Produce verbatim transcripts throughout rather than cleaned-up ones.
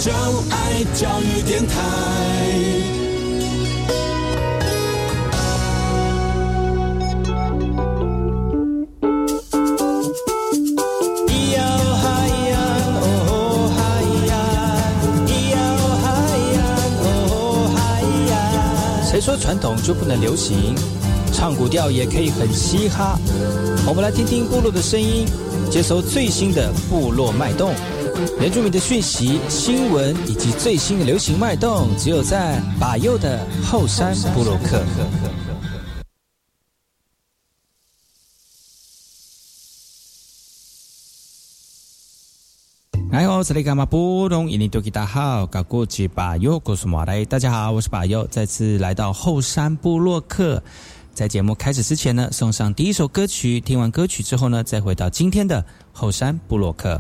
就爱教育电台。 谁说传统就不能流行？唱古调也可以很嘻哈。我们来听听部落的声音，接收最新的部落脉动，原住民的讯息、新闻以及最新的流行脉动，只有在把右的后山部落客。哎呦，这里干嘛不懂？印尼多吉大好，搞过去把右告诉马来。大家好，我是把右，再次来到后山部落客。在节目开始之前呢，送上第一首歌曲。听完歌曲之后呢，再回到今天的后山部落客。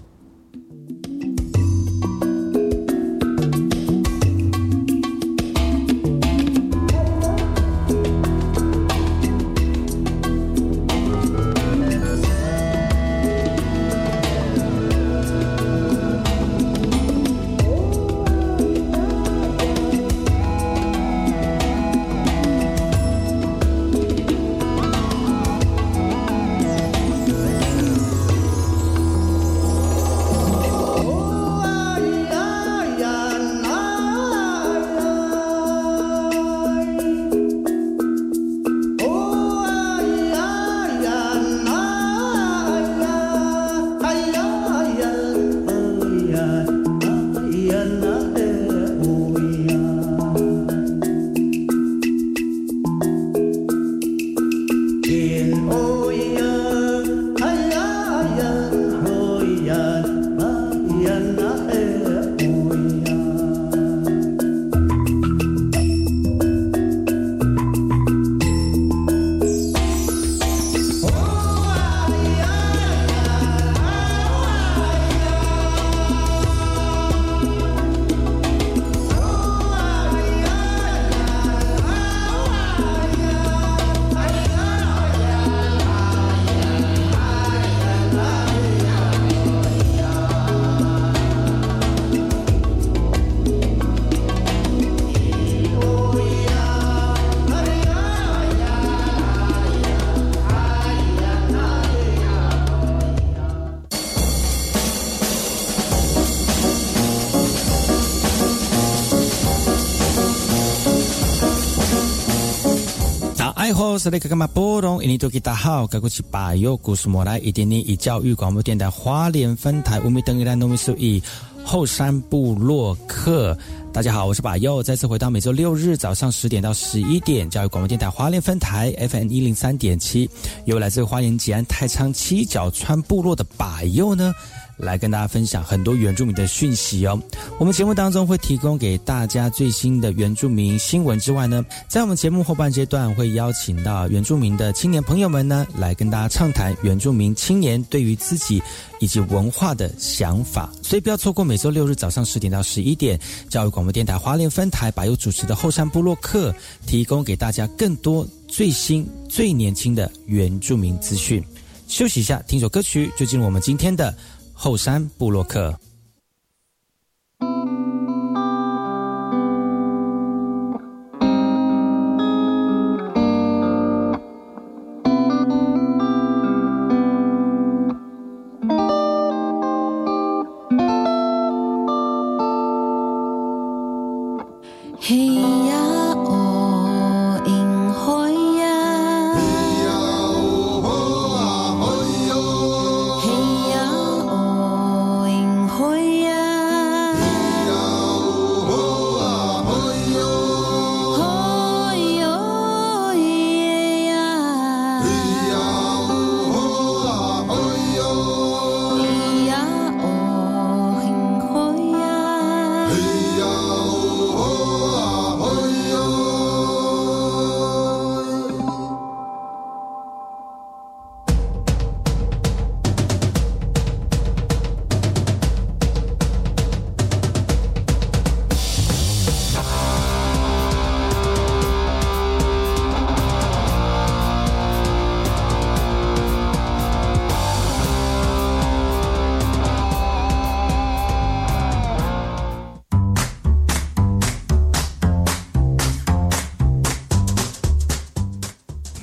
是那个干嘛波隆，印尼多吉大好，该过去把右故事莫来，一点点以教育广播电台花莲分台乌米登伊兰农民数以后山部落客。大家好，我是把右，再次回到每周六日早上十点到十一点，教育广播电台花莲分台 F M 一零三点七，由来自花莲吉安太仓七角川部落的把右呢，来跟大家分享很多原住民的讯息哦。我们节目当中会提供给大家最新的原住民新闻之外呢，在我们节目后半阶段会邀请到原住民的青年朋友们呢，来跟大家畅谈原住民青年对于自己以及文化的想法。所以不要错过每周六日早上十点到十一点，教育广播电台花莲分台把右主持的后山部落客，提供给大家更多最新最年轻的原住民资讯。休息一下，听首歌曲，就进入我们今天的后山部落客。 嘿呀哦，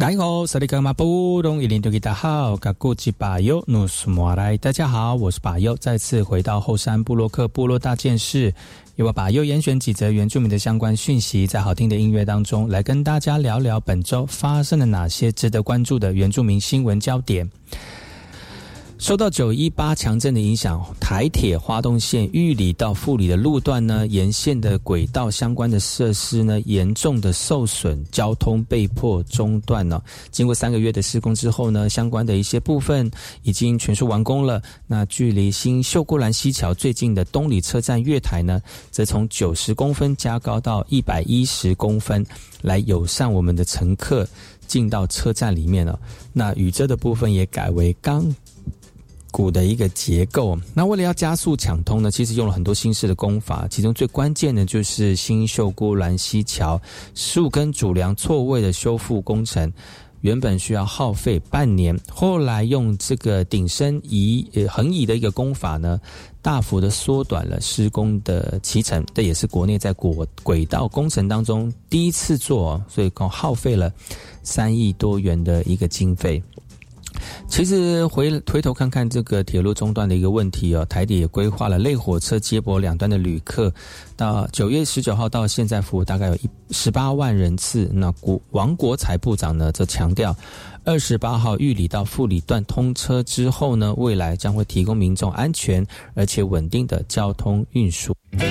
大家好，萨利格马布隆伊林多吉达好，嘎古吉巴尤努斯莫来。大家好，我是巴尤，再次回到后山部落客部落大件事，由我巴尤严选几则原住民的相关讯息，在好听的音乐当中，来跟大家聊聊本周发生了哪些值得关注的原住民新闻焦点。受到九一八强震的影响，台铁花东线玉里到富里的路段呢，沿线的轨道相关的设施呢，严重的受损，交通被迫中断了。经过三个月的施工之后呢，相关的一些部分已经全数完工了。那距离新秀姑兰溪桥最近的东里车站月台呢，则从九十公分加高到一百一十公分，来友善我们的乘客进到车站里面了。那雨遮的部分也改为钢股的一个结构。那为了要加速抢通呢，其实用了很多新式的工法，其中最关键的就是新秀姑兰溪桥十五根主梁错位的修复工程，原本需要耗费半年，后来用这个顶升移呃横移的一个工法呢，大幅的缩短了施工的期程，这也是国内在国轨道工程当中第一次做，所以共耗费了三亿多元的一个经费。其实回回头看看这个铁路中断的一个问题哦，台铁也规划了类火车接驳两端的旅客，到九月十九号到现在服务大概有十八万人次。那国王国材部长呢则强调，二十八号玉里到富里段通车之后呢，未来将会提供民众安全而且稳定的交通运输。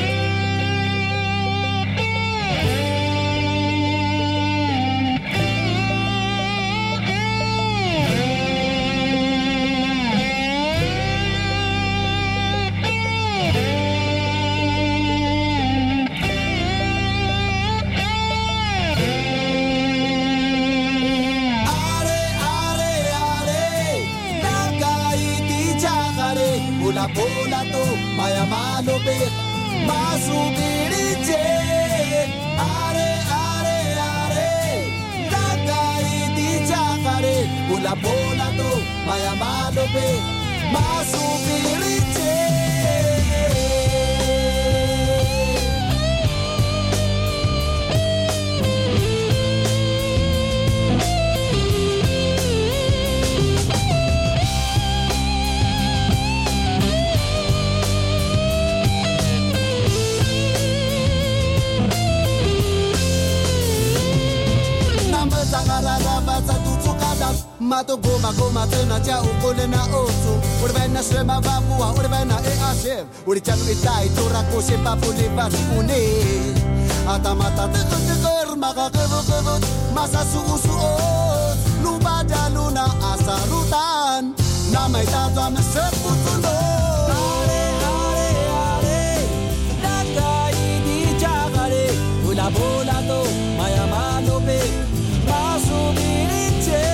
Mato goma goma tena ja ukole na oso uri bana sema vapua uri bana e ashe uri chanu itai tora ko se papule vasi une atamata te te ker maga kevo kevo masa su su o luba jaluna asarutan na mai ta ta me se putuno ale ale ale dakai di jagare ula bola to maya mano be masu biriche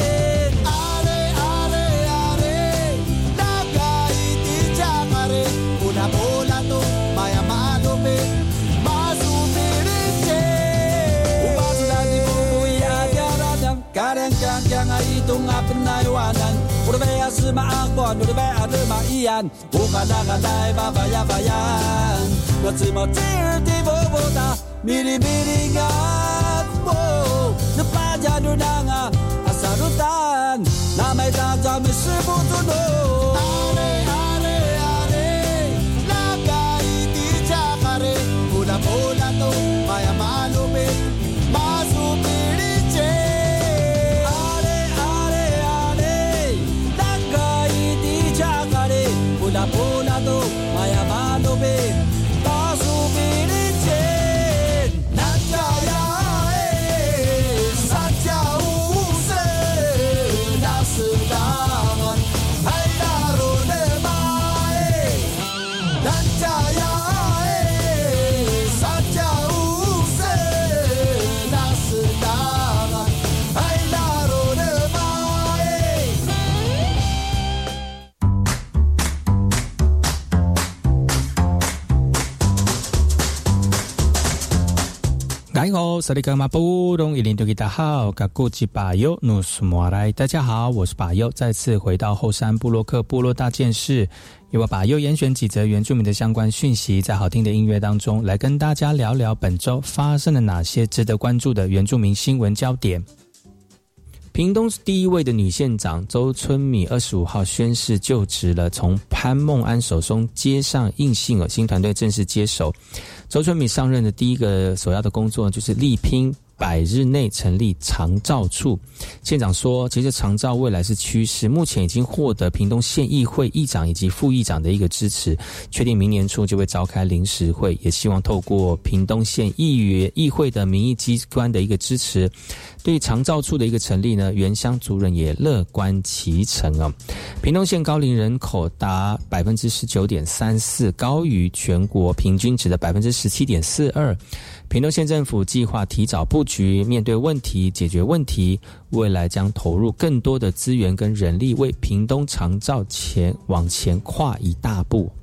Kadang-kadang itu ngapenai wanan Urbaya sema akon Urbaya dema ian Ukadang-kadang babayan Ngatimo tirti boboda Miri-miri ngat mo Nepaja dunanga Asarutan Namay tajam sebutuno Ale, ale, ale Lagai di jakare Pula-pula to Maya malume Masupiriche Pula pula to maya mano be tasu biriche najaya e satya use nasdan hai daro ne mai najaya e satya use nasdan hai daro ne mai 大家好，萨利格马布隆伊林多吉达好，嘎古吉巴尤努斯莫来。大家好，我是巴尤，再次回到后山部落客部落大件事，由我巴尤严选几则原住民的相关讯息，在好听的音乐当中，来跟大家聊聊本周发生了哪些值得关注的原住民新闻焦点。 屏东第一位的女县长周春米二十五号宣誓就职了，从潘孟安手中接上印信了，新团队正式接手。周春米上任的第一个首要的工作就是力拼百日内成立长照处。县长说，其实长照未来是趋势，目前已经获得屏东县议会议长以及副议长的一个支持，确定明年初就会召开临时会，也希望透过屏东县议员议会的民意机关的一个支持，对长照处的一个成立呢，原乡族人也乐观其成啊。屏东县高龄人口达 百分之十九点三四， 高于全国平均值的 百分之十七点四二。屏东县政府计划提早布局，面对问题解决问题，未来将投入更多的资源跟人力，为屏东长照前往前跨一大步。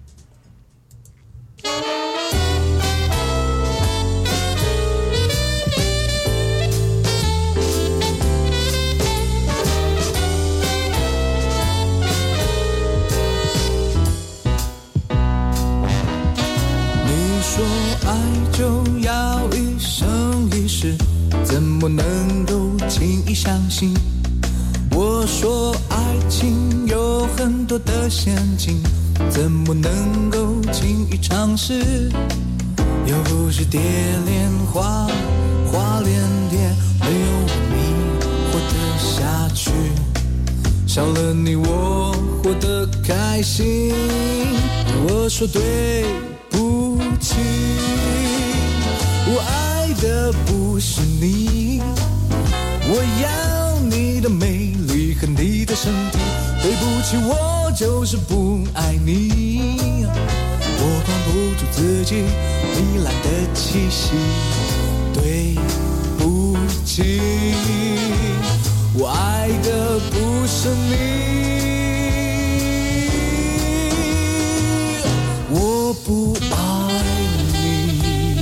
说爱就要一生一世，怎么能够轻易相信？我说爱情有很多的陷阱，怎么能够轻易尝试？又不是蝶恋花，花连蝶，没有你活得下去，少了你我活得开心。我说对不起，我爱的不是你，我要你的美丽和你的身体，对不起，我就是不爱你，我管不住自己糜烂的气息，对不起，我爱的不是你，我不爱你。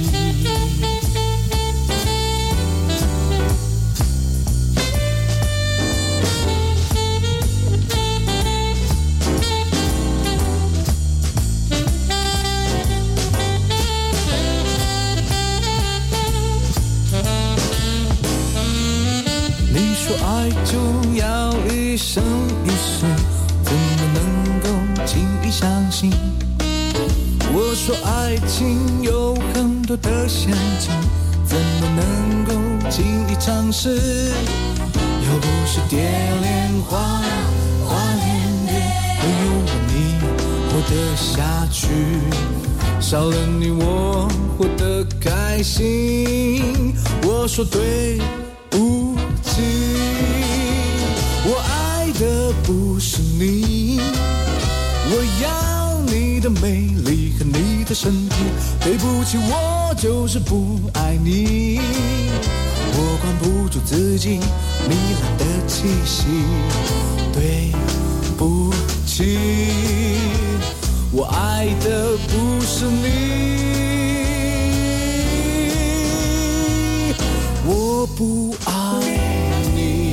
你说爱就要一生一世，怎么能够轻易相信？我说爱情有很多的陷阱，怎么能够轻易尝试？又不是蝶恋花，花连蝶，没有你活得下去，少了你我活得开心。我说对不起，我爱的不是你，我要你的美丽和你的身体，对不起，我就是不爱你，我管不住自己糜烂的气息，对不起，我爱的不是你，我不爱你。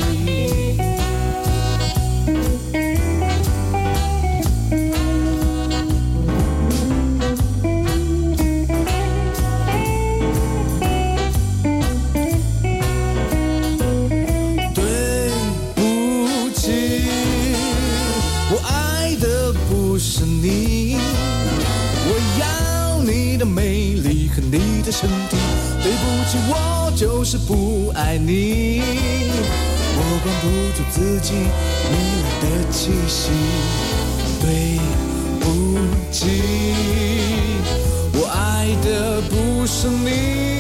对不起，我爱的不是你，我要你的美丽和你的身体，对不起，我就是不爱你，我管不住自己糜烂的气息，对不起，我爱的不是你。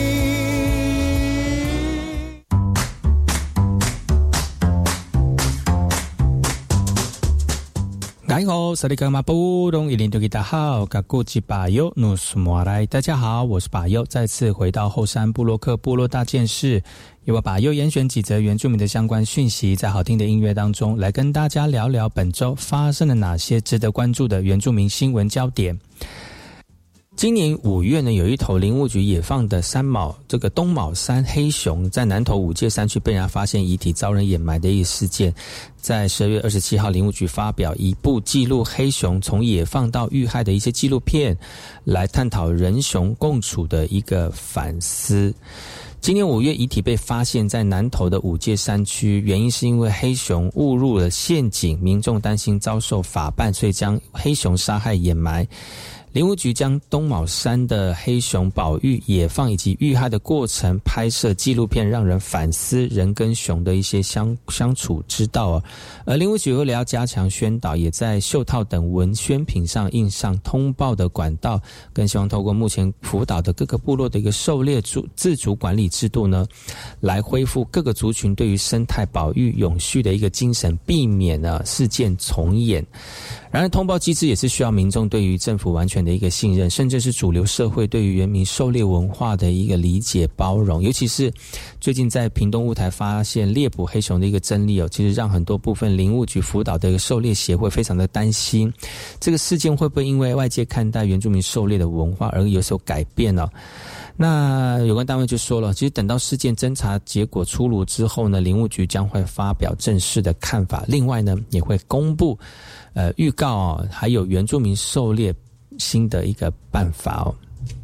大家好，萨利格马布隆伊林多吉达好，嘎古吉巴尤努苏摩来，大家好，我是巴尤，再次回到后山部落克部落大件事，由我巴尤严选几则原住民的相关讯息，在好听的音乐当中来跟大家聊聊本周发生了哪些值得关注的原住民新闻焦点。 今年五月呢，有一头林务局野放的山卯这个东卯山黑熊在南投五界山区被人家发现遗体遭人掩埋的一个事件，在十二月二十七号，林务局发表一部记录黑熊从野放到遇害的一些纪录片，来探讨人熊共处的一个反思。今年五月，遗体被发现在南投的五界山区，原因是因为黑熊误入了陷阱，民众担心遭受法办，所以将黑熊杀害掩埋。林务局将东卯山的黑熊保育、野放以及遇害的过程拍摄纪录片，让人反思人跟熊的一些相相处之道啊。而林务局为了要加强宣导，也在袖套等文宣品上印上通报的管道，更希望透过目前辅导的各个部落的一个狩猎自主管理制度呢，来恢复各个族群对于生态保育永续的一个精神，避免呢事件重演。然而，通报机制也是需要民众对于政府完全的一个信任，甚至是主流社会对于原民狩猎文化的一个理解包容。尤其是最近在屏东雾台发现猎捕黑熊的一个真例哦，其实让很多部分林务局辅导的一个狩猎协会非常的担心，这个事件会不会因为外界看待原住民狩猎的文化而有所改变呢？那有关单位就说了，其实等到事件侦查结果出炉之后呢，林务局将会发表正式的看法。另外呢，也会公布呃预告哦，还有原住民狩猎新的一个办法哦。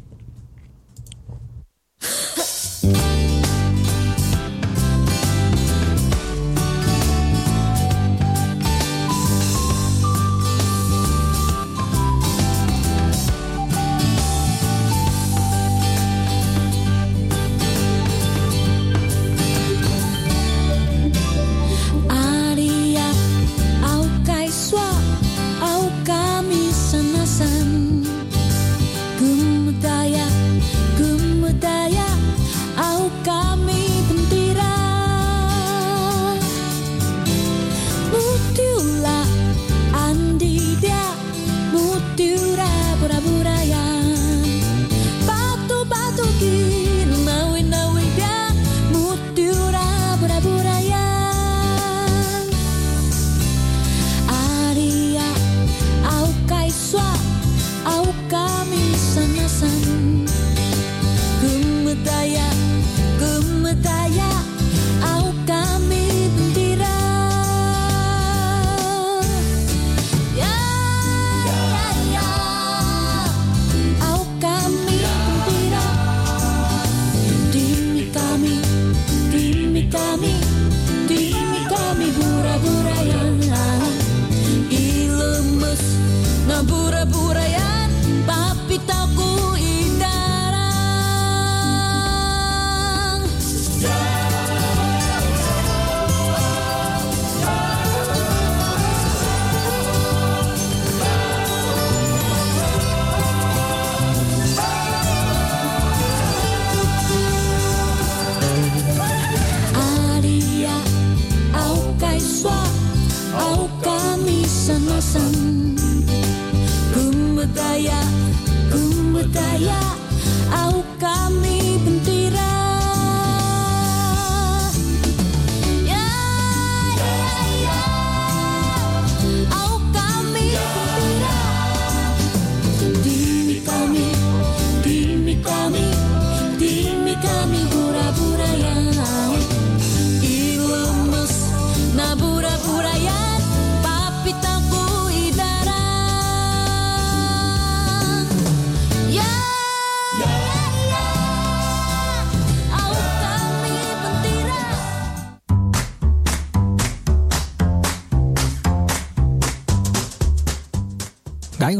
大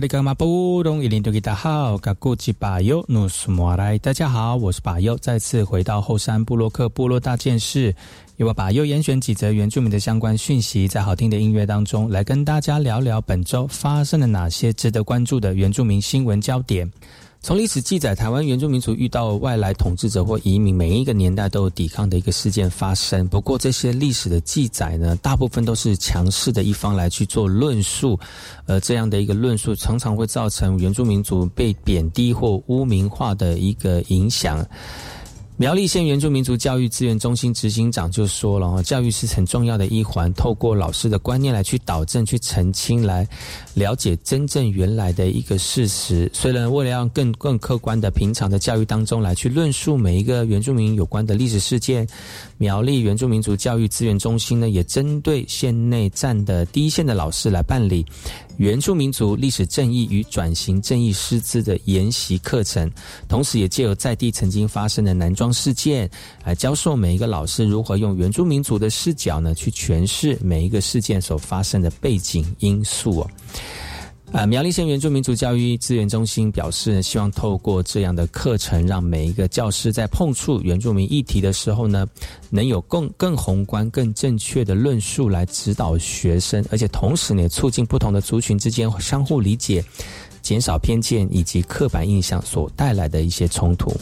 家好，我是巴佑，再次回到后山部落客部落大件事，由我巴佑严选几则原住民的相关讯息，在好听的音乐当中来跟大家聊聊本周发生了哪些值得关注的原住民新闻焦点。从历史记载，台湾原住民族遇到外来统治者或移民，每一个年代都有抵抗的一个事件发生。不过这些历史的记载呢，大部分都是强势的一方来去做论述，而这样的一个论述常常会造成原住民族被贬低或污名化的一个影响。 苗栗县原住民族教育资源中心执行长就说了，教育是很重要的一环，透过老师的观念来去导正、去澄清，来了解真正原来的一个事实。虽然为了让更更客观的平常的教育当中来去论述每一个原住民有关的历史事件，苗栗原住民族教育资源中心呢，也针对县内站的第一线的老师来办理原住民族历史正义与转型正义师资的研习课程，同时也借由在地曾经发生的南庄事件，来教授每一个老师如何用原住民族的视角呢，去诠释每一个事件所发生的背景因素哦。呃，苗栗县原住民族教育资源中心表示，希望透过这样的课程，让每一个教师在碰触原住民议题的时候呢，能有更更宏观、更正确的论述来指导学生，而且同时呢，也促进不同的族群之间相互理解，减少偏见以及刻板印象所带来的一些冲突。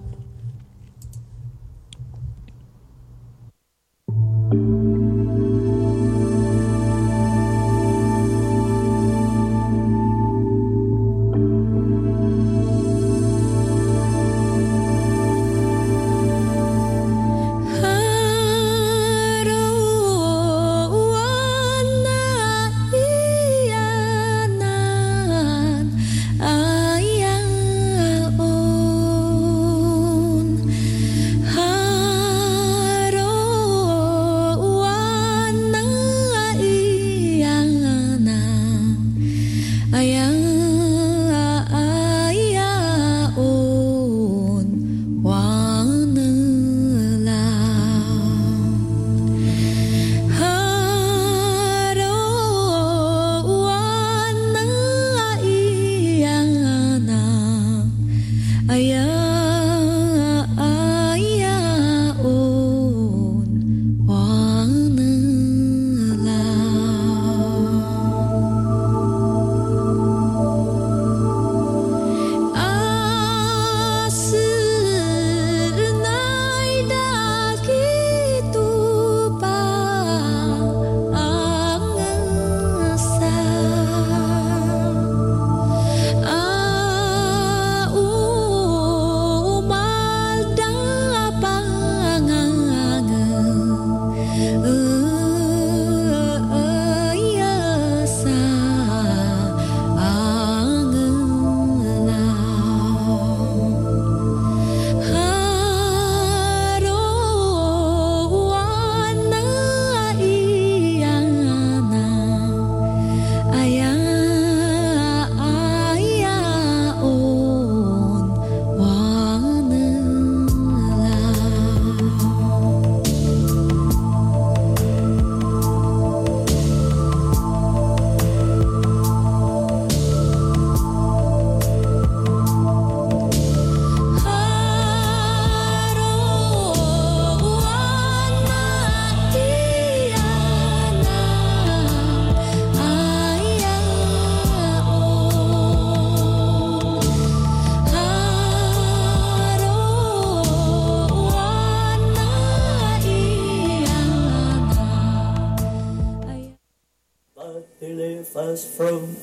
From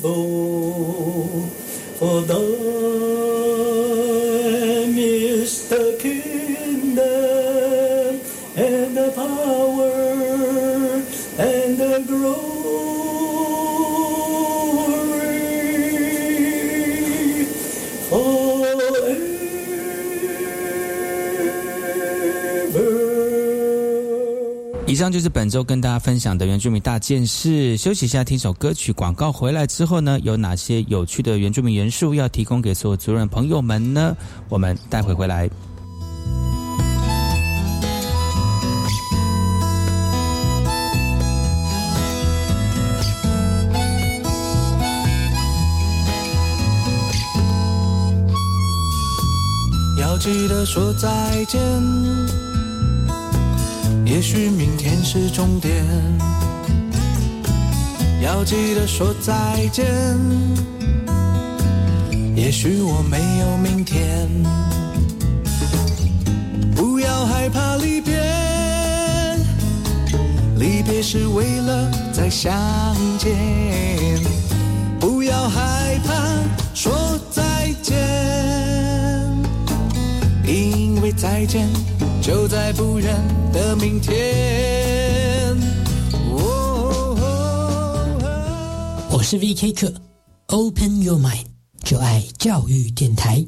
evil, for thine is the kingdom and the power and the glory forever. 以上就是本周跟大家分享的原住民大件事。休息一下，听首歌曲广告，回来之后呢，有哪些有趣的原住民元素要提供给所有族人朋友们呢？我们待会回来。 要记得说再见，也许明天是终点，要记得说再见，也许我没有明天。不要害怕离别，离别是为了再相见。不要害怕说再见，因为再见，就在不远的明天。 我是 V K 客 ，Open Your Mind， 就爱教育电台。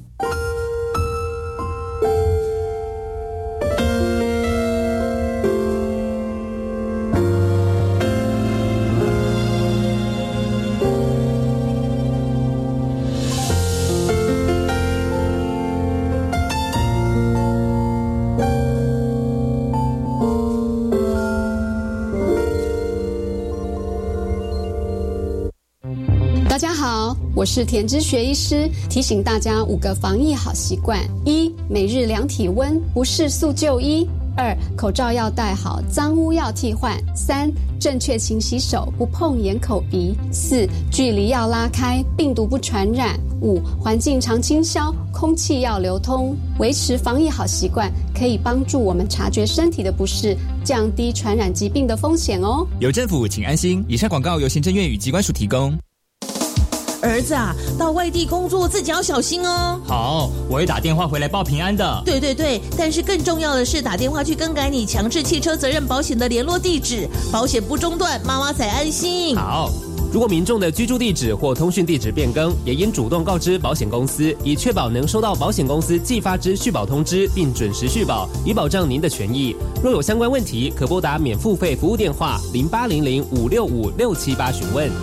我是田之学医师，提醒大家五个防疫好习惯：一、每日量体温，不适速就医；二、口罩要戴好，脏污要替换；三、正确勤洗手，不碰眼口鼻；四、距离要拉开，病毒不传染；五、环境常清消，空气要流通。维持防疫好习惯，可以帮助我们察觉身体的不适，降低传染疾病的风险哦。 有政府，请安心。以上广告由行政院与疾管署提供。 儿子啊，到外地工作自己要小心哦。 好，我会打电话回来报平安的。 对对对，但是更重要的是打电话去更改你强制汽车责任保险的联络地址，保险不中断，妈妈才安心。 好， 如果民众的居住地址或通讯地址变更，也应主动告知保险公司，以确保能收到保险公司寄发之续保通知，并准时续保，以保障您的权益。若有相关问题，可拨打免付费服务电话零八零零五六五六七八询问。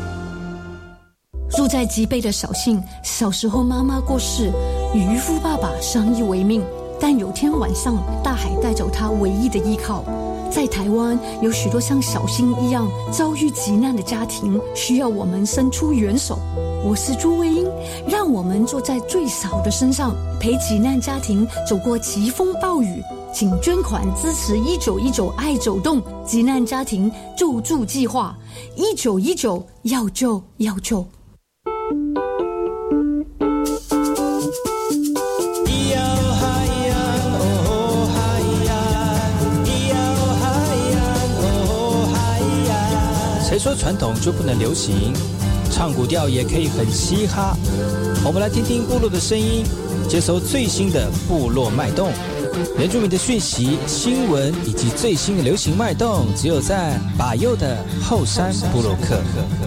住在极北的小信，小时候妈妈过世，与渔夫爸爸相依为命。但有天晚上，大海带走他唯一的依靠。在台湾，有许多像小信一样遭遇急难的家庭，需要我们伸出援手。我是朱卫英，让我们坐在最少的身上，陪急难家庭走过疾风暴雨。请捐款支持一九一九爱走动急难家庭救助计划，一九一九要救要救。 谁说传统就不能流行？唱古调也可以很嘻哈。我们来听听部落的声音，接收最新的部落脉动、原住民的讯息、新闻以及最新的流行脉动，只有在把右的后山部落客。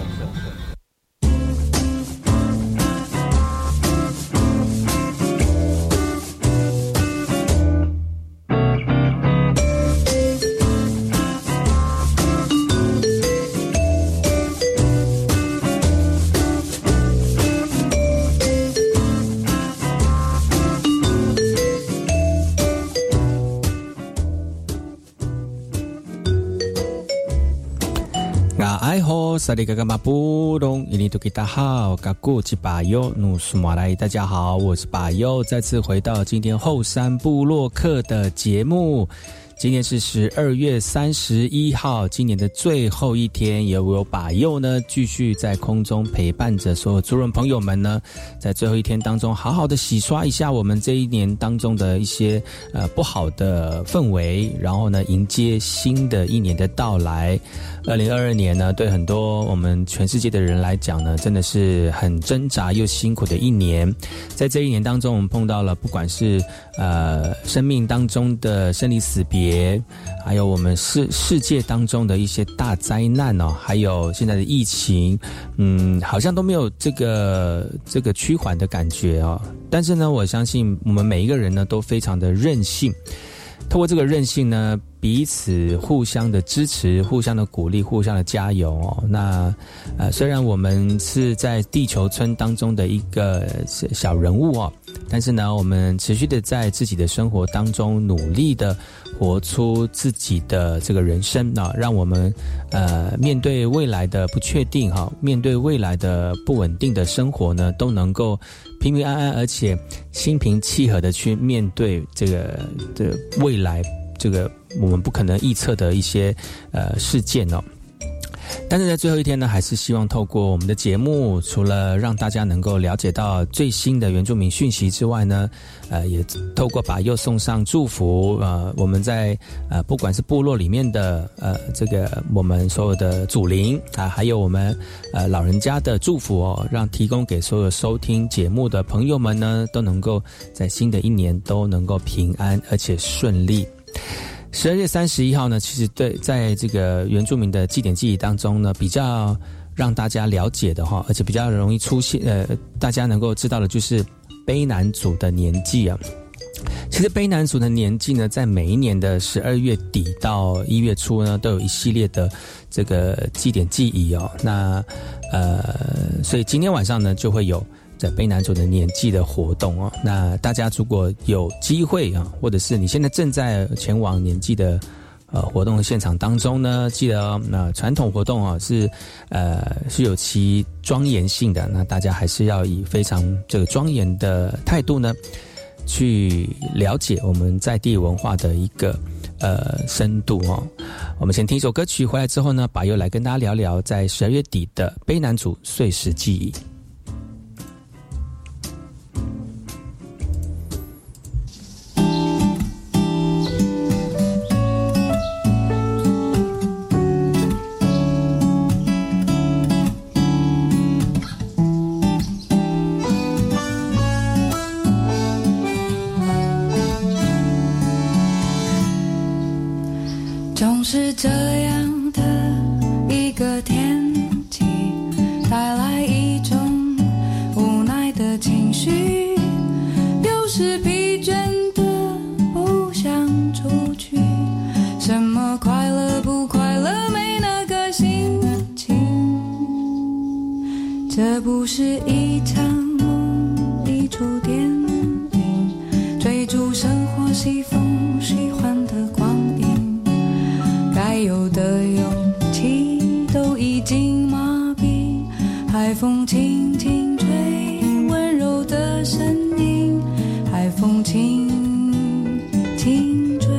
萨利嘎嘎马布隆，印尼多吉达好，嘎古吉巴尤努苏马来，大家好，我是巴尤，再次回到今天后山部落客的节目。今天是十二月三十一号，今年的最后一天，也有把佑呢继续在空中陪伴着所有族人朋友们呢，在最后一天当中，好好的洗刷一下我们这一年当中的一些呃不好的氛围，然后呢，迎接新的一年的到来。二零二二年呢，对很多我们全世界的人来讲呢，真的是很挣扎又辛苦的一年。在这一年当中，我们碰到了不管是呃生命当中的生离死别，还有我们世世界当中的一些大灾难哦，还有现在的疫情，嗯，好像都没有这个这个趋缓的感觉哦。但是呢，我相信我们每一个人呢都非常的韧性，透过这个韧性呢，彼此互相的支持，互相的鼓励，互相的加油哦。那呃，虽然我们是在地球村当中的一个小人物哦，但是呢，我们持续的在自己的生活当中努力的活出自己的这个人生啊，让我们呃面对未来的不确定哈，面对未来的不稳定的生活呢，都能够平平安安，而且心平气和的去面对这个这个未来这个我们不可能预测的一些呃事件哦。 但是在最后一天呢，还是希望透过我们的节目，除了让大家能够了解到最新的原住民讯息之外呢，呃，也透过把又送上祝福，呃，我们在呃不管是部落里面的呃这个我们所有的祖灵啊，还有我们呃老人家的祝福哦，让提供给所有收听节目的朋友们呢，都能够在新的一年都能够平安而且顺利。十二月三十一号呢，其实对在这个原住民的祭典记忆当中呢，比较让大家了解的哈，而且比较容易出现呃，大家能够知道的就是卑南族的年纪啊。其实卑南族的年纪呢，在每一年的十二月底到一月初呢，都有一系列的这个祭典记忆哦。那呃，所以今天晚上呢，就会有在卑南族的年纪的活动哦。那大家如果有机会啊，或者是你现在正在前往年纪的呃活动现场当中呢，记得哦，那传统活动啊是呃是有其庄严性的，那大家还是要以非常这个庄严的态度呢，去了解我们在地文化的一个呃深度哦。我们先听一首歌曲，回来之后呢，把又来跟大家聊聊在十二月底的卑南族岁时记忆。 总是这样的一个天气，带来一种无奈的情绪，有时疲倦的不想出去，什么快乐不快乐没那个心情，这不是一场梦，一出电影，追逐生活西风喜欢的光阴，该有的勇气都已经麻痹，海风轻轻吹，温柔的声音，海风轻轻吹。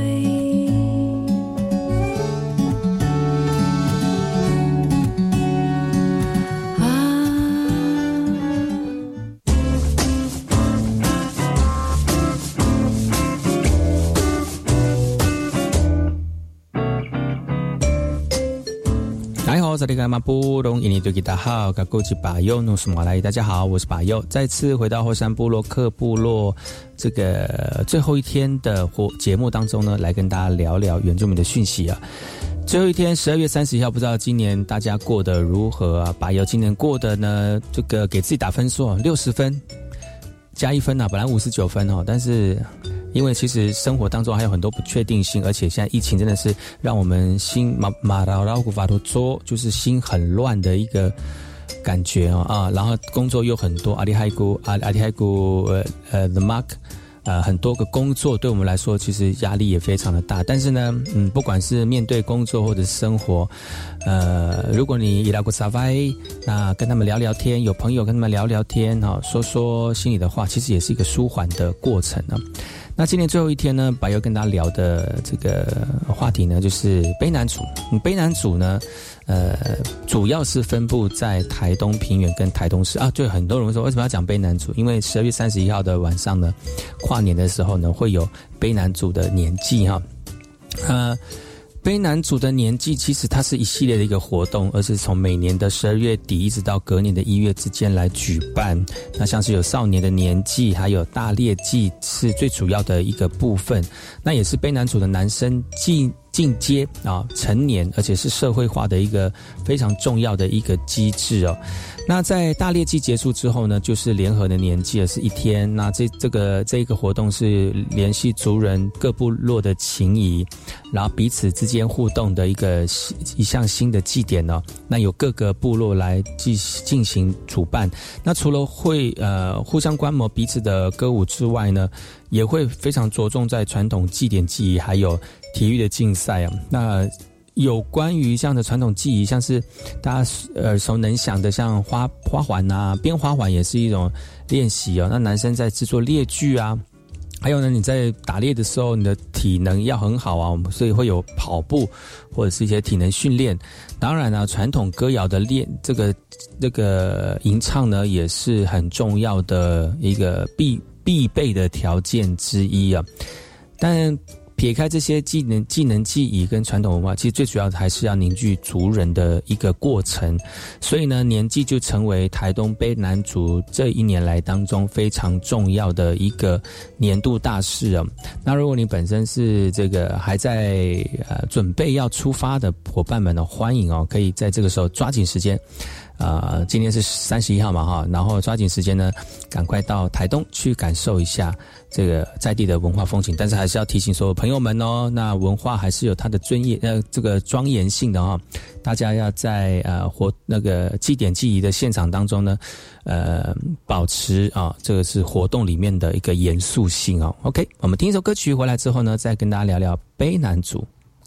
大家好，我是巴佑，再次回到后山部落克部落这个最后一天的节目当中呢，来跟大家聊聊原住民的讯息啊。最后一天十二月三十一号，不知道今年大家过得如何啊？巴佑今年过的呢，这个给自己打分数六十分加一分啊，本来五十九分哦，但是因为其实生活当中还有很多不确定性，而且现在疫情真的是让我们心马马拉拉古法多做，就是心很乱的一个感觉哦啊，然后工作又很多，阿里海古阿阿里海古呃呃 the mark 呃很多个工作对我们来说其实压力也非常的大，但是呢，嗯，不管是面对工作或者是生活，呃，如果你伊拉古萨vai，那跟他们聊聊天，有朋友跟他们聊聊天哈，说说心里的话，其实也是一个舒缓的过程啊。那今年最后一天呢，白佑跟大家聊的这个话题呢，就是卑南族。卑南族呢，呃，主要是分布在台东平原跟台东市啊。对，很多人说为什么要讲卑南族？因为十二月三十一号的晚上呢，跨年的时候呢，会有卑南族的年祭哈。呃，卑南族的年祭其实它是一系列的一个活动，而是从每年的十二月底一直到隔年的一月之间来举办。那像是有少年的年祭，还有大猎祭是最主要的一个部分。那也是卑南族的男生进进阶啊成年，而且是社会化的一个非常重要的一个机制哦。那在大猎祭结束之后呢，就是联合的年祭，是一天。那这这个这一个活动是联系族人各部落的情谊，然后彼此之间互动的一个一项新的祭典哦。那有各个部落来进进行主办。那除了会呃互相观摩彼此的歌舞之外呢，也会非常着重在传统祭典记忆，还有体育的竞赛啊。那有关于这样的传统技艺，像是大家耳熟能详的，像花花环啊，编花环也是一种练习哦。那男生在制作猎具啊， 还有呢，你在打猎的时候，你的体能要很好啊，所以会有跑步或者是一些体能训练。当然呢，传统歌谣的练这个这个吟唱呢，也是很重要的一个必必备的条件之一啊。但撇开这些技能、技能、技艺跟传统文化，其实最主要的还是要凝聚族人的一个过程。所以呢，年祭就成为台东卑南族这一年来当中非常重要的一个年度大事啊。那如果你本身是这个还在呃准备要出发的伙伴们呢，欢迎哦，可以在这个时候抓紧时间。呃，今天是三十一号嘛哈，然后抓紧时间呢，赶快到台东去感受一下这个在地的文化风情。但是还是要提醒所有朋友们哦，那文化还是有它的尊严呃这个庄严性的哈、哦，大家要在呃活那个祭典祭仪的现场当中呢，呃保持啊这个是活动里面的一个严肃性哦。OK， 我们听一首歌曲回来之后呢，再跟大家聊聊卑南族。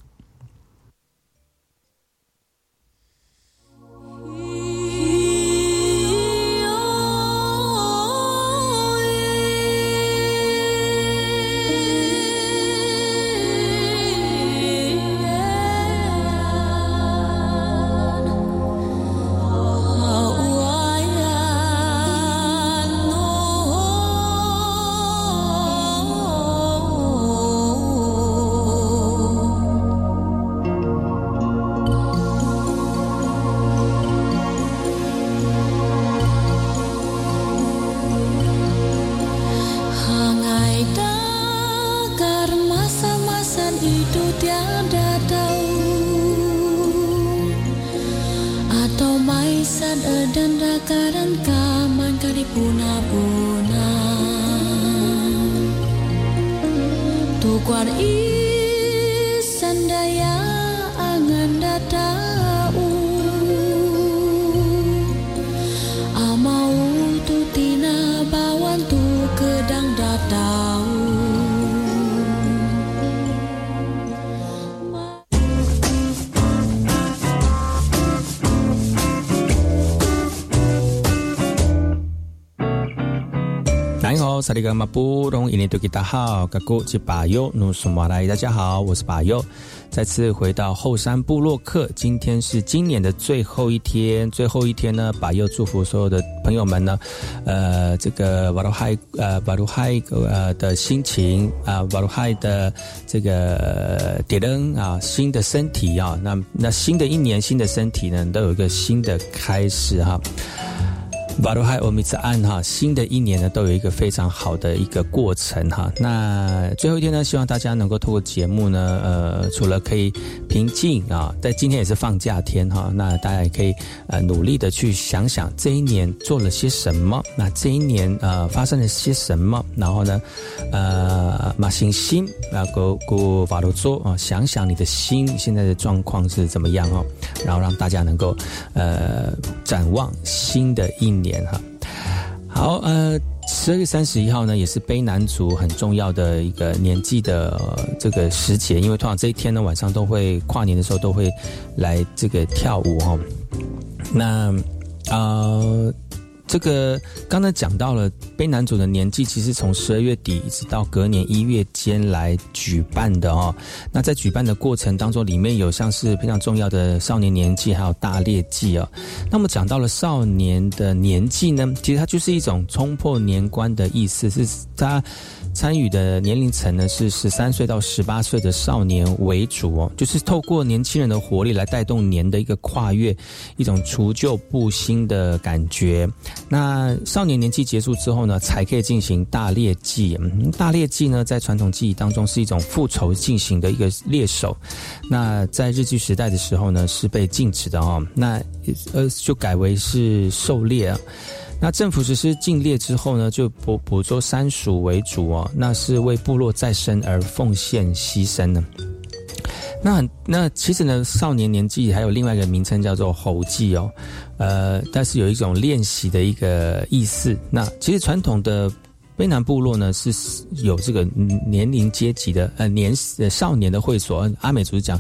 萨利格马布隆伊尼多吉达好，嘎古吉巴尤努苏马来，大家好，我是巴尤，再次回到后山部落客。今天是今年的最后一天，最后一天呢，巴尤祝福所有的朋友们呢，呃，这个瓦鲁嗨呃瓦鲁嗨呃的心情啊，瓦鲁嗨的这个点灯啊，新的身体啊，那那新的一年新的身体呢，都有一个新的开始哈。巴鲁嗨欧米兹安哈，新的一年呢都有一个非常好的一个过程哈。那最后一天呢，希望大家能够透过节目呢，呃，除了可以平静啊，在今天也是放假天哈，那大家也可以呃努力的去想想这一年做了些什么，那这一年呃发生了些什么，然后呢，呃马行心啊，go go 巴鲁做啊，想想你的心现在的状况是怎么样哦，然后让大家能够呃展望新的一年。哈，好，呃，十二月三十一号呢，也是卑南族很重要的一个年祭的、呃、这个时节，因为通常这一天呢，晚上都会跨年的时候都会来这个跳舞哈、哦。那呃，这个刚才讲到了卑南族的年祭，其实从十二月底一直到隔年一月间来举办的哦。那在举办的过程当中，里面有像是非常重要的少年年祭，还有大猎祭哦。那么讲到了少年的年祭呢，其实它就是一种冲破年关的意思，是它参与的年龄层呢是十三岁到十八岁的少年为主哦，就是透过年轻人的活力来带动年的一个跨越，一种除旧布新的感觉。那少年年祭结束之后呢，才可以进行大猎祭。嗯，大猎祭呢，在传统记忆当中是一种复仇进行的一个猎手。那在日据时代的时候呢，是被禁止的哦。那呃，就改为是狩猎啊。那政府实施禁猎之后呢，就捕捕捉山鼠为主哦，那是为部落再生而奉献牺牲呢。那那其实呢，少年年祭还有另外一个名称叫做猴祭哦，呃，但是有一种练习的一个意思。那其实传统的卑南部落呢是有这个年龄阶级的呃年呃少年的会所，阿美族讲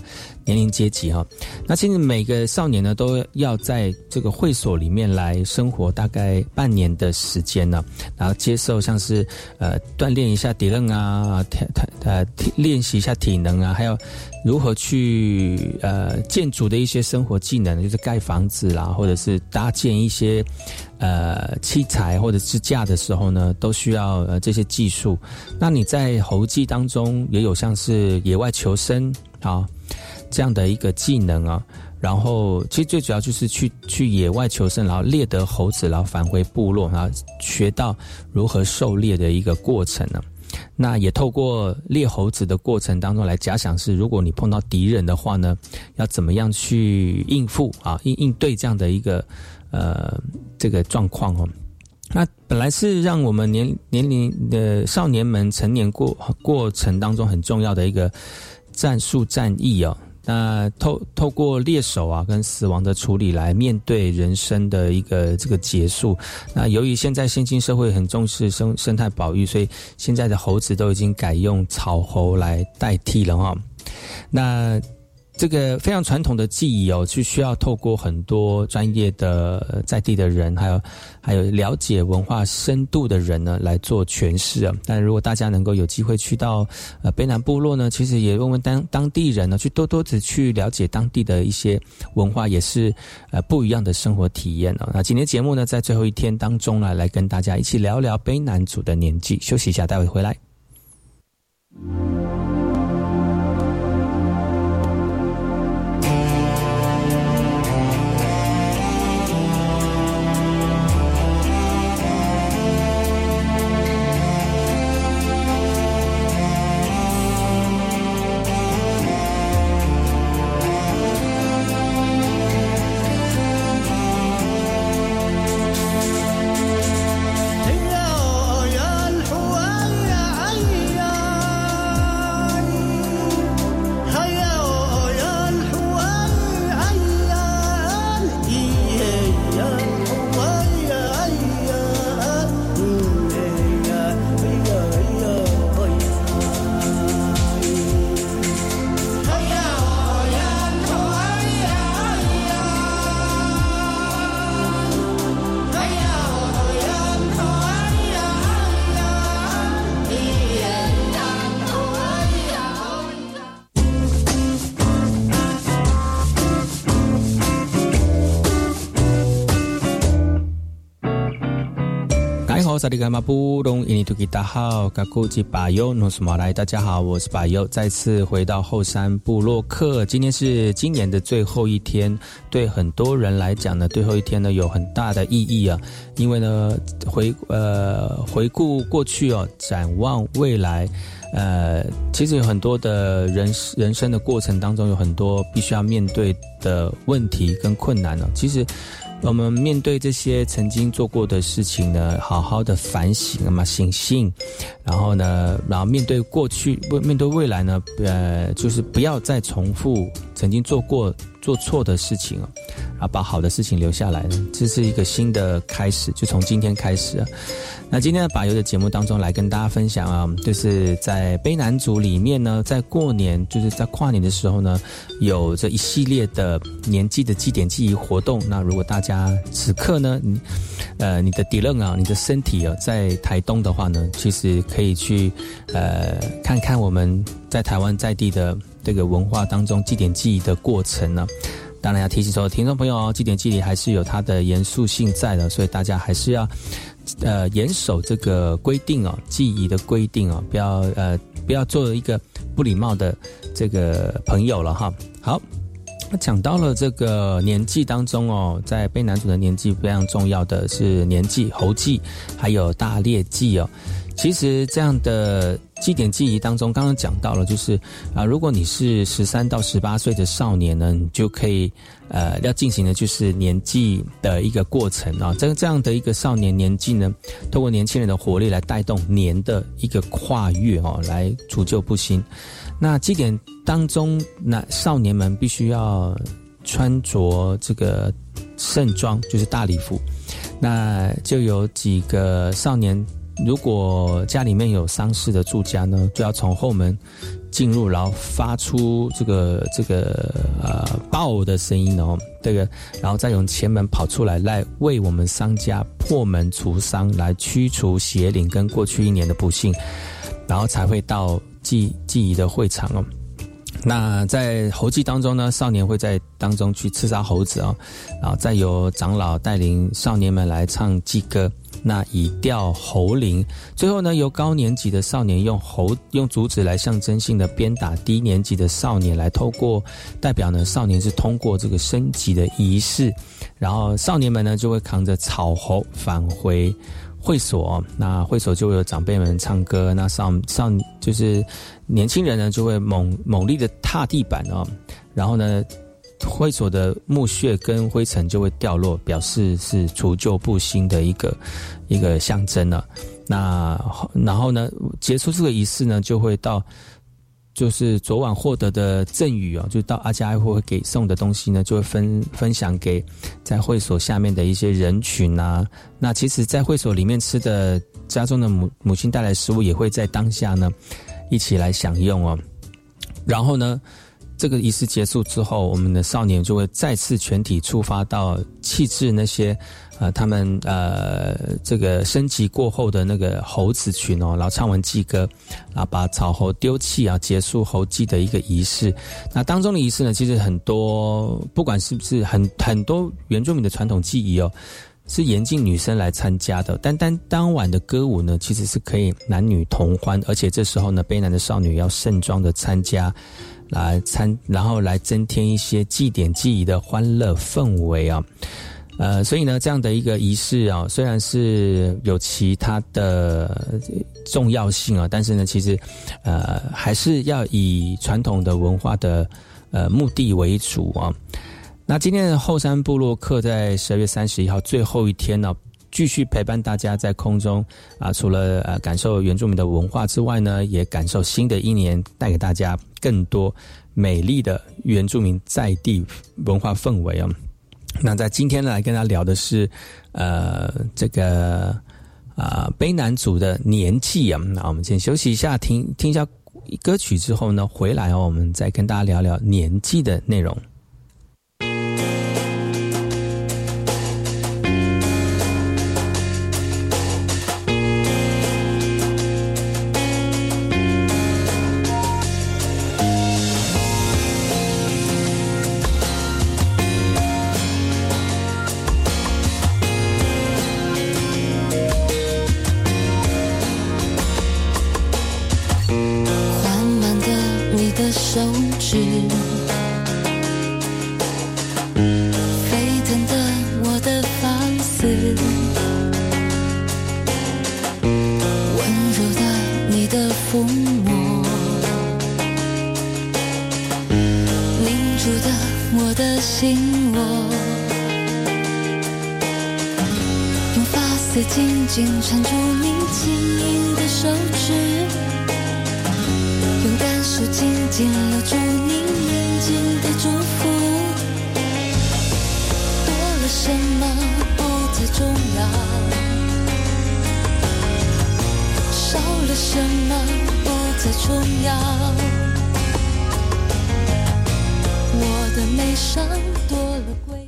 年龄阶级哈。那其实每个少年呢都要在这个会所里面来生活大概半年的时间呢，然后接受像是呃锻炼一下体能啊，呃练习一下体能啊，还有如何去呃建筑的一些生活技能，就是盖房子啦，或者是搭建一些呃器材或者支架的时候呢，都需要呃这些技术。那你在猴技当中也有像是野外求生啊这样的一个技能啊，然后其实最主要就是去去野外求生，然后猎得猴子，然后返回部落，然后学到如何狩猎的一个过程呢、啊。那也透过猎猴子的过程当中来假想是，如果你碰到敌人的话呢，要怎么样去应付啊，应应对这样的一个呃这个状况哦。那本来是让我们年年龄的少年们成年过过程当中很重要的一个战术战役哦。那透透过猎手啊跟死亡的处理来面对人生的一个这个结束。那由于现在先进社会很重视生生态保育，所以现在的猴子都已经改用草猴来代替了哈。那这个非常传统的技艺哦，是需要透过很多专业的在地的人，还有还有了解文化深度的人呢来做诠释啊。但如果大家能够有机会去到呃卑南部落呢，其实也问问当当地人呢，去多多的去了解当地的一些文化，也是呃不一样的生活体验哦。那今天节目呢，在最后一天当中呢，来跟大家一起聊聊卑南族的年纪。休息一下，待会回来。萨利甘马布隆伊尼图吉达好，嘎古吉巴尤诺斯马来，大家好，我是巴尤，再次回到后山部落客。今天是今年的最后一天，对很多人来讲呢，最后一天呢有很大的意义啊，因为呢回呃回顾过去哦，展望未来。呃，其实有很多的人人生的过程当中，有很多必须要面对的问题跟困难呢、哦。其实我们面对这些曾经做过的事情呢，好好的反省嘛，醒醒，然后呢，然后面对过去，面对未来呢，呃，就是不要再重复曾经做过做错的事情啊，然后把好的事情留下来，这是一个新的开始，就从今天开始啊。那今天的把游的节目当中来跟大家分享啊，就是在卑南族里面呢，在过年就是在跨年的时候呢，有这一系列的年祭的祭典祭仪活动。那如果大家此刻呢，你呃你的底楞啊，你的身体啊，在台东的话呢，其实可以去呃看看我们在台湾在地的这个文化当中祭典祭仪的过程呢。当然要提醒所有听众朋友哦，祭典祭礼还是有它的严肃性在的，所以大家还是要呃严守这个规定哦，祭仪的规定哦，不要呃不要做一个不礼貌的这个朋友了哈。好，那讲到了这个年祭当中哦，在卑南族的年祭非常重要的是年祭、猴祭，还有大猎祭哦。其实这样的祭典祭仪当中，刚刚讲到了，就是啊，如果你是十三到十八岁的少年呢，你就可以呃要进行的就是年祭的一个过程啊。这这样的一个少年年祭呢，透过年轻人的活力来带动年的一个跨越哦，来除旧布新。那祭典当中，那少年们必须要穿着这个盛装，就是大礼服。那就有几个少年如果家里面有丧事的住家呢，就要从后门进入，然后发出这个这个呃爆的声音哦，这个，然后再用前门跑出来，来为我们丧家破门除丧，来驱除邪灵跟过去一年的不幸，然后才会到祭祭仪的会场哦。那在猴祭当中呢，少年会在当中去刺杀猴子哦，然后再由长老带领少年们来唱祭歌，那以吊猴铃。最后呢，由高年级的少年用猴用竹子来象征性的鞭打低年级的少年，来透过代表呢少年是通过这个升级的仪式，然后少年们呢就会扛着草猴返回会所，那会所就会有长辈们唱歌，那少少就是年轻人呢就会猛猛力的踏地板哦，然后呢会所的木屑跟灰尘就会掉落，表示是除旧布新的一个一个象征了。那然后呢结束这个仪式呢，就会到就是昨晚获得的赠与哦，就到阿家爱户会给送的东西呢，就会分分享给在会所下面的一些人群啊。那其实在会所里面吃的家中的母母亲带来的食物，也会在当下呢一起来享用哦。然后呢这个仪式结束之后，我们的少年就会再次全体出发到弃置那些呃他们呃这个升级过后的那个猴子群哦，然后唱完祭歌，然后把草猴丢弃啊，结束猴祭的一个仪式。那当中的仪式呢，其实很多，不管是不是很很多原住民的传统技艺哦，是严禁女生来参加的，但当当晚的歌舞呢，其实是可以男女同欢，而且这时候呢，卑南的少女要盛装的参加。来参，然后来增添一些祭典祭仪的欢乐氛围啊，呃，所以呢，这样的一个仪式啊，虽然是有其他的重要性啊，但是呢，其实呃还是要以传统的文化的呃目的为主啊。那今天的后山部落客在十二月三十一号最后一天呢、啊。继续陪伴大家在空中啊，除了呃感受原住民的文化之外呢，也感受新的一年带给大家更多美丽的原住民在地文化氛围啊。那在今天呢，来跟大家聊的是呃这个啊卑南族的年纪啊。那我们先休息一下，听听一下歌曲之后呢，回来哦，我们再跟大家聊聊年纪的内容。 缠住你轻盈的手指，用感受紧紧留住你宁静的祝福。多了什么不再重要，少了什么不再重要。我的悲伤多了归。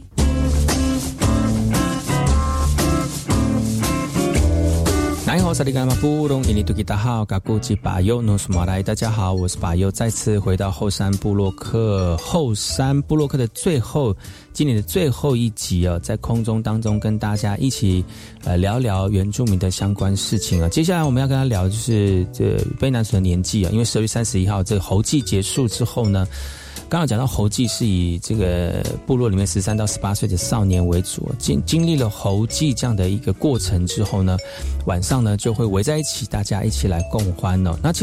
你好，萨利甘马布隆伊尼图吉达好，嘎古吉巴尤诺苏马来，大家好，我是巴尤，再次回到后山部落客，后山部落客的最后，今年的最后一集啊，在空中当中跟大家一起呃聊聊原住民的相关事情啊。接下来我们要跟他聊的就是这卑南族的年纪啊，因为十二月三十一号这个猴祭结束之后呢。刚刚讲到猴祭是以这个部落里面十三到十八岁的少年为主，经经历了猴祭这样的一个过程之后呢，晚上呢就会围在一起，大家一起来共欢哦。那其实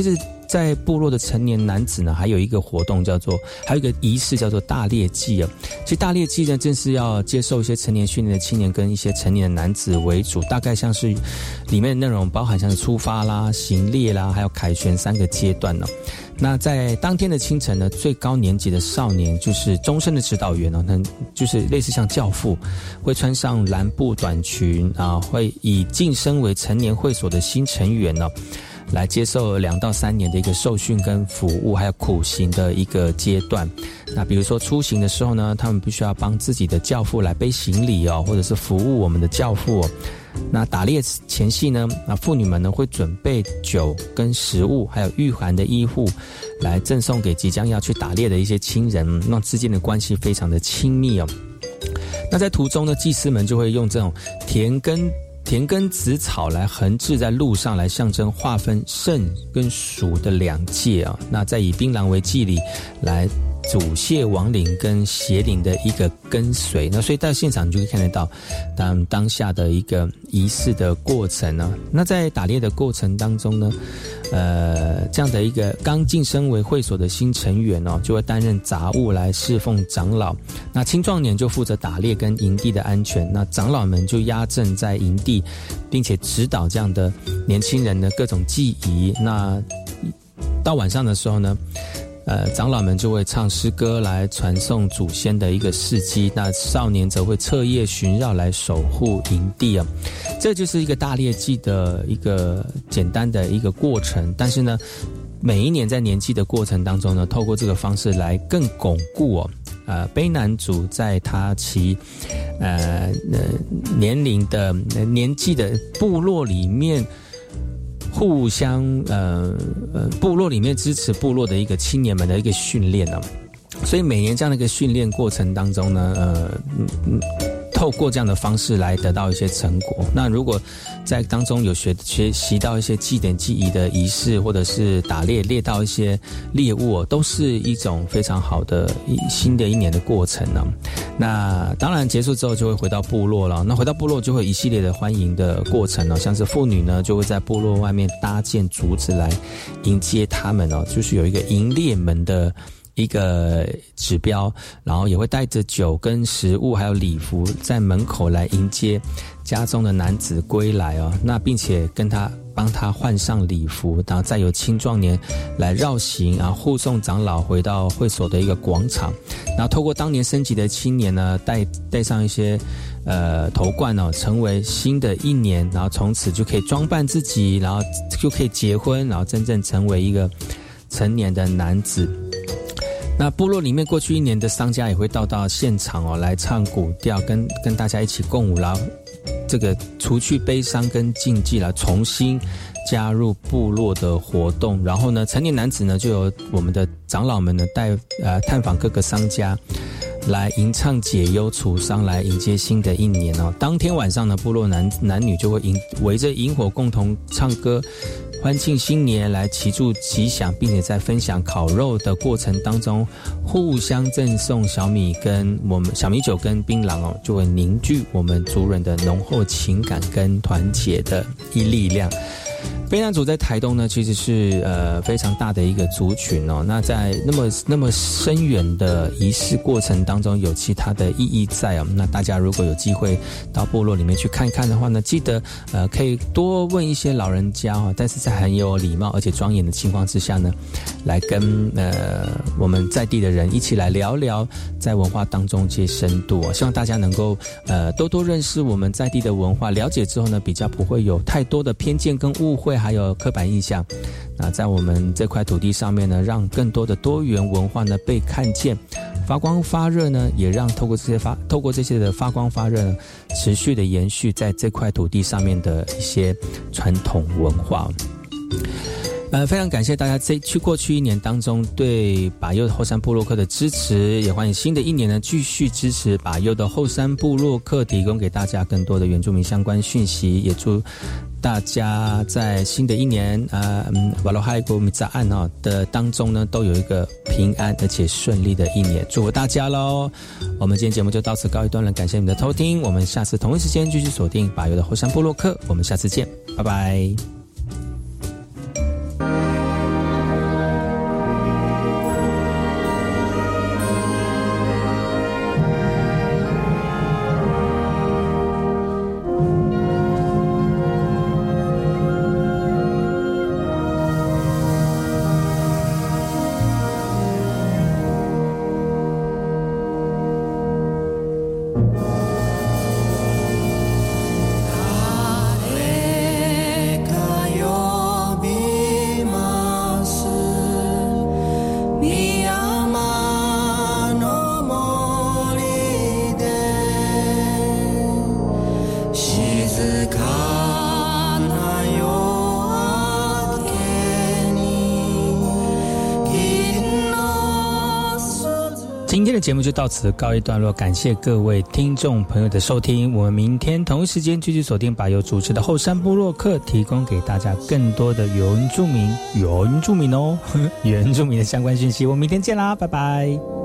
在部落的成年男子呢，还有一个活动叫做，还有一个仪式叫做大猎祭啊。其实大猎祭呢，正是要接受一些成年训练的青年跟一些成年的男子为主，大概像是里面的内容包含像是出发啦、行猎啦，还有凯旋三个阶段呢。那在当天的清晨呢，最高年级的少年就是终身的指导员呢，就是类似像教父，会穿上蓝布短裙啊，会以晋升为成年会所的新成员呢，来接受两到三年的一个受训跟服务，还有苦行的一个阶段。那比如说出行的时候呢，他们必须要帮自己的教父来背行李哦，或者是服务我们的教父哦。那打猎前夕呢，那妇女们呢会准备酒跟食物，还有御寒的衣物，来赠送给即将要去打猎的一些亲人，让之间的关系非常的亲密哦。那在途中呢，祭司们就会用这种田根田根子草来横置在路上，来象征划分圣跟俗的两界啊。那再以槟榔为祭礼来阻谢亡灵跟邪灵的一个跟随，那所以到现场你就可以看得到当当下的一个仪式的过程呢。那在打猎的过程当中呢，呃，这样的一个刚晋升为会所的新成员哦，就会担任杂物来侍奉长老。那青壮年就负责打猎跟营地的安全，那长老们就压阵在营地，并且指导这样的年轻人的各种技艺。那到晚上的时候呢，呃，长老们就会唱诗歌来传颂祖先的一个事迹，那少年则会彻夜巡绕来守护营地啊。这就是一个大猎祭的一个简单的一个过程，但是呢，每一年在年祭的过程当中呢，透过这个方式来更巩固哦，呃，卑南族在他其呃年龄的年纪的部落里面，互相呃呃部落里面支持部落的一个青年们的一个训练呢，所以每年这样的一个训练过程当中呢，呃嗯嗯。透过这样的方式来得到一些成果。那如果在当中有学学习到一些祭典祭仪的仪式，或者是打猎猎到一些猎物，都是一种非常好的新的一年的过程呢。那当然结束之后就会回到部落了。那回到部落就会一系列的欢迎的过程呢，像是妇女呢就会在部落外面搭建竹子来迎接他们哦，就是有一个迎猎门的一个指标，然后也会带着酒跟食物还有礼服在门口来迎接家中的男子归来哦，那并且跟他帮他换上礼服，然后再由青壮年来绕行，然后护送长老回到会所的一个广场，然后透过当年升级的青年呢，带带上一些呃头冠哦，成为新的一年，然后从此就可以装扮自己，然后就可以结婚，然后真正成为一个成年的男子。那部落里面过去一年的商家也会到到现场哦，来唱古调，跟跟大家一起共舞，然后这个除去悲伤跟禁忌啦，重新加入部落的活动。然后呢，成年男子呢就由我们的长老们呢带呃探访各个商家，来吟唱解忧除伤，来迎接新的一年哦。当天晚上呢，部落男男女就会迎围着萤火共同唱歌，欢庆新年，来祈祝吉祥，并且在分享烤肉的过程当中，互相赠送小米跟我们小米酒跟槟榔哦，就会凝聚我们族人的浓厚情感跟团结的一力量。卑南族在台东呢，其实是呃非常大的一个族群哦。那在那么那么深远的仪式过程当中，有其他的意义在哦。那大家如果有机会到部落里面去看看的话呢，记得呃可以多问一些老人家哦，但是在很有礼貌而且庄严的情况之下呢，来跟呃我们在地的人一起来聊聊在文化当中这些深度哦。希望大家能够呃多多认识我们在地的文化，了解之后呢，比较不会有太多的偏见跟误会，还有刻板印象。那在我们这块土地上面呢，让更多的多元文化呢被看见，发光发热呢，也让透过这些发透过这些的发光发热呢，持续的延续在这块土地上面的一些传统文化。呃，非常感谢大家这去过去一年当中对把右的后山部落客的支持，也欢迎新的一年呢继续支持把右的后山部落客，提供给大家更多的原住民相关讯息，也祝大家在新的一年啊，嗯，瓦罗海国米扎案啊的当中呢，都有一个平安而且顺利的一年，祝福大家喽！我们今天节目就到此告一段落，感谢你的收听，我们下次同一时间继续锁定把右的后山部落客，我们下次见，拜拜。 今天的节目就到此告一段落，感谢各位听众朋友的收听，我们明天同一时间继续锁定把由主持的后山部落客，提供给大家更多的原住民原住民哦原住民的相关讯息，我们明天见啦，拜拜。